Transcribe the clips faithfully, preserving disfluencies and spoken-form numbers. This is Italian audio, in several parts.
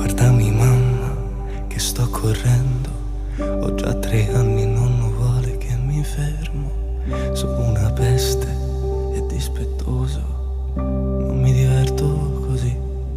Guardami mamma, che sto correndo, ho già tre anni, nonno vuole che mi fermo. Sono una peste e dispettoso, non mi diverto così.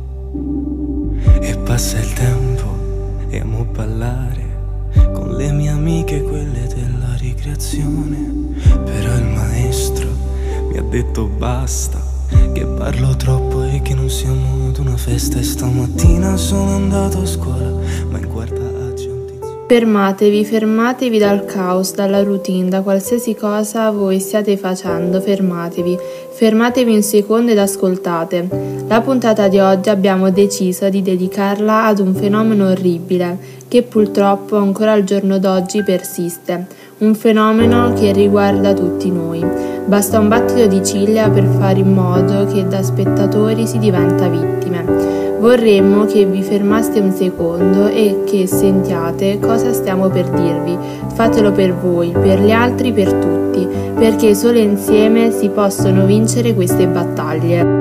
E passa il tempo e amo ballare con le mie amiche, quelle della ricreazione. Però il maestro mi ha detto basta, che parlo troppo e che non siamo ad una festa. E stamattina sono andato a scuola, ma in quarta A c'è un tizio. Fermatevi, fermatevi dal caos, dalla routine, da qualsiasi cosa voi stiate facendo. Fermatevi, fermatevi un secondo ed ascoltate. La puntata di oggi abbiamo deciso di dedicarla ad un fenomeno orribile che purtroppo ancora al giorno d'oggi persiste. Un fenomeno che riguarda tutti noi. Basta un battito di ciglia per fare in modo che da spettatori si diventa vittime. Vorremmo che vi fermaste un secondo e che sentiate cosa stiamo per dirvi. Fatelo per voi, per gli altri, per tutti, perché solo insieme si possono vincere queste battaglie.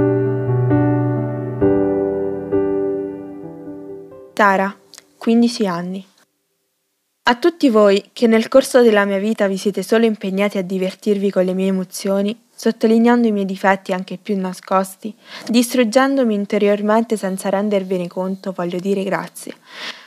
Tara, quindici anni. A tutti voi che nel corso della mia vita vi siete solo impegnati a divertirvi con le mie emozioni, sottolineando i miei difetti anche più nascosti, distruggendomi interiormente senza rendervene conto, voglio dire grazie.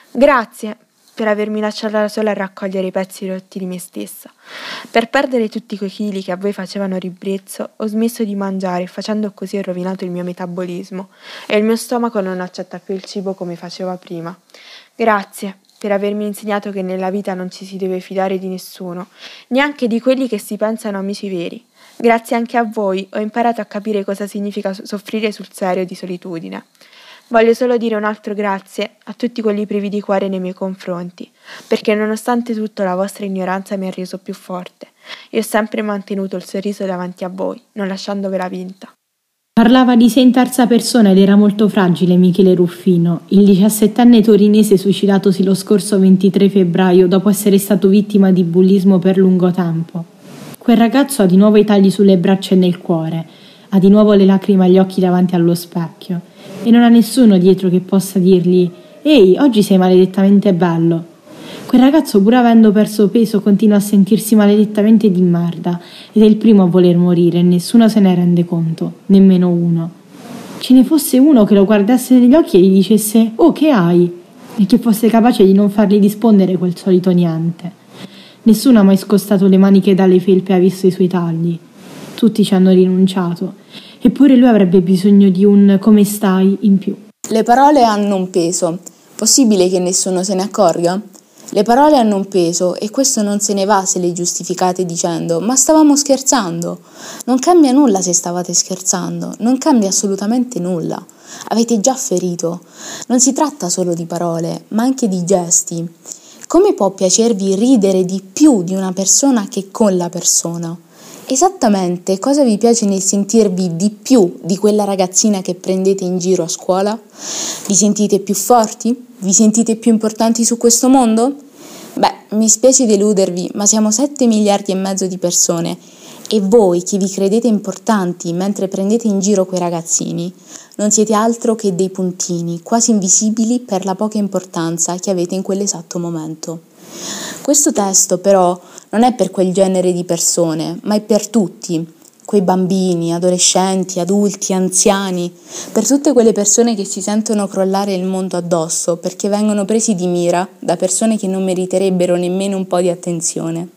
Grazie per avermi lasciata da sola a raccogliere i pezzi rotti di me stessa. Per perdere tutti quei chili che a voi facevano ribrezzo, ho smesso di mangiare e facendo così ho rovinato il mio metabolismo e il mio stomaco non accetta più il cibo come faceva prima. Grazie per avermi insegnato che nella vita non ci si deve fidare di nessuno, neanche di quelli che si pensano amici veri. Grazie anche a voi ho imparato a capire cosa significa soffrire sul serio di solitudine. Voglio solo dire un altro grazie a tutti quelli privi di cuore nei miei confronti, perché nonostante tutto la vostra ignoranza mi ha reso più forte e ho sempre mantenuto il sorriso davanti a voi, non lasciandovela vinta. Parlava di sé in terza persona ed era molto fragile Michele Ruffino, il diciassettenne torinese suicidatosi lo scorso ventitré febbraio dopo essere stato vittima di bullismo per lungo tempo. Quel ragazzo ha di nuovo i tagli sulle braccia e nel cuore, ha di nuovo le lacrime agli occhi davanti allo specchio e non ha nessuno dietro che possa dirgli «Ehi, oggi sei maledettamente bello». Quel ragazzo, pur avendo perso peso, continua a sentirsi maledettamente di merda ed è il primo a voler morire e nessuno se ne rende conto, nemmeno uno. Ce ne fosse uno che lo guardasse negli occhi e gli dicesse «Oh, che hai?» e che fosse capace di non fargli rispondere quel solito niente. Nessuno ha mai scostato le maniche dalle felpe e ha visto i suoi tagli. Tutti ci hanno rinunciato, eppure lui avrebbe bisogno di un «come stai» in più. Le parole hanno un peso. Possibile che nessuno se ne accorga? Le parole hanno un peso e questo non se ne va se le giustificate dicendo «ma stavamo scherzando». Non cambia nulla se stavate scherzando, non cambia assolutamente nulla. Avete già ferito. Non si tratta solo di parole, ma anche di gesti. Come può piacervi ridere di più di una persona che con la persona? Esattamente cosa vi piace nel sentirvi di più di quella ragazzina che prendete in giro a scuola? Vi sentite più forti? Vi sentite più importanti su questo mondo? Beh, mi spiace deludervi, ma siamo sette miliardi e mezzo di persone e voi che vi credete importanti mentre prendete in giro quei ragazzini non siete altro che dei puntini, quasi invisibili per la poca importanza che avete in quell'esatto momento. Questo testo però non è per quel genere di persone, ma è per tutti, quei bambini, adolescenti, adulti, anziani, per tutte quelle persone che si sentono crollare il mondo addosso perché vengono presi di mira da persone che non meriterebbero nemmeno un po' di attenzione.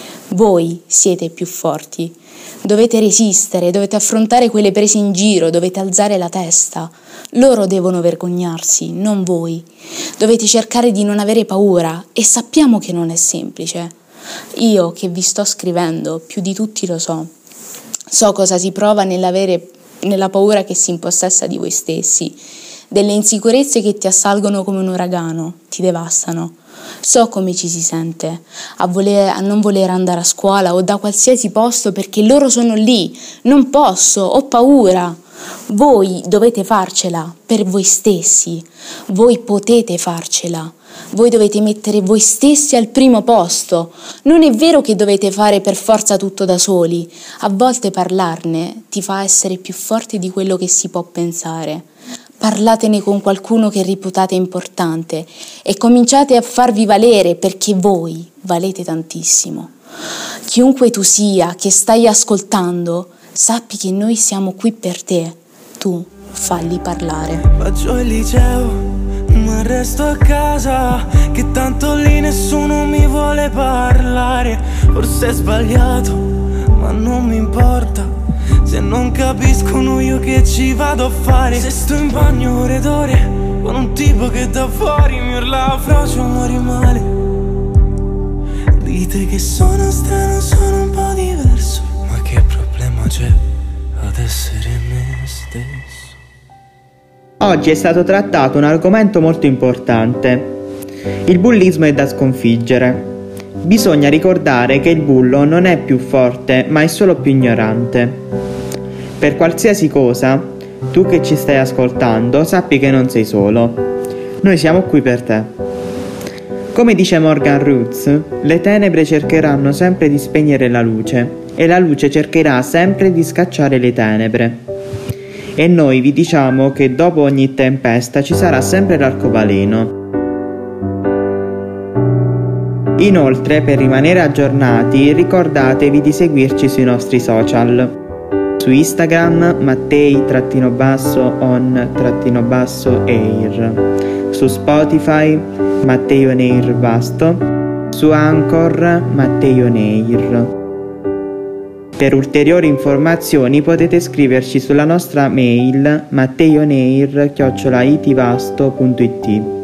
Voi siete più forti, dovete resistere, dovete affrontare quelle prese in giro, dovete alzare la testa. Loro devono vergognarsi, non voi. Dovete cercare di non avere paura e sappiamo che non è semplice. Io che vi sto scrivendo, più di tutti lo so. So cosa si prova nell'avere, nella paura che si impossessa di voi stessi, delle insicurezze che ti assalgono come un uragano, ti devastano. So come ci si sente a, voler, a non voler andare a scuola o da qualsiasi posto perché loro sono lì, non posso, ho paura. Voi dovete farcela per voi stessi, voi potete farcela, voi dovete mettere voi stessi al primo posto. Non è vero che dovete fare per forza tutto da soli, a volte parlarne ti fa essere più forte di quello che si può pensare. parlatene con qualcuno che reputate importante e cominciate a farvi valere, perché voi valete tantissimo. Chiunque tu sia che stai ascoltando, sappi che noi siamo qui per te. Tu falli parlare. Faccio il liceo, ma resto a casa, che tanto lì nessuno mi vuole parlare. Forse è sbagliato, ma non mi importa. Se non capiscono io che ci vado a fare. Se sto in bagno ore ed ore con un tipo che da fuori mi urla frocio, muori male. Dite che sono strano, sono un po' diverso, ma che problema c'è ad essere me stesso? Oggi è stato trattato un argomento molto importante. Il bullismo è da sconfiggere. Bisogna ricordare che il bullo non è più forte, ma è solo più ignorante. Per qualsiasi cosa, tu che ci stai ascoltando, sappi che non sei solo. Noi siamo qui per te. Come dice Morgan Roots, le tenebre cercheranno sempre di spegnere la luce e la luce cercherà sempre di scacciare le tenebre. E noi vi diciamo che dopo ogni tempesta ci sarà sempre l'arcobaleno. Inoltre, per rimanere aggiornati, ricordatevi di seguirci sui nostri social. Su Instagram Mattei-on-air, su Spotify Mattei on air Vasto, su Anchor Mattei on air. Per ulteriori informazioni potete scriverci sulla nostra mail matteionair chiocciola itivasto punto it.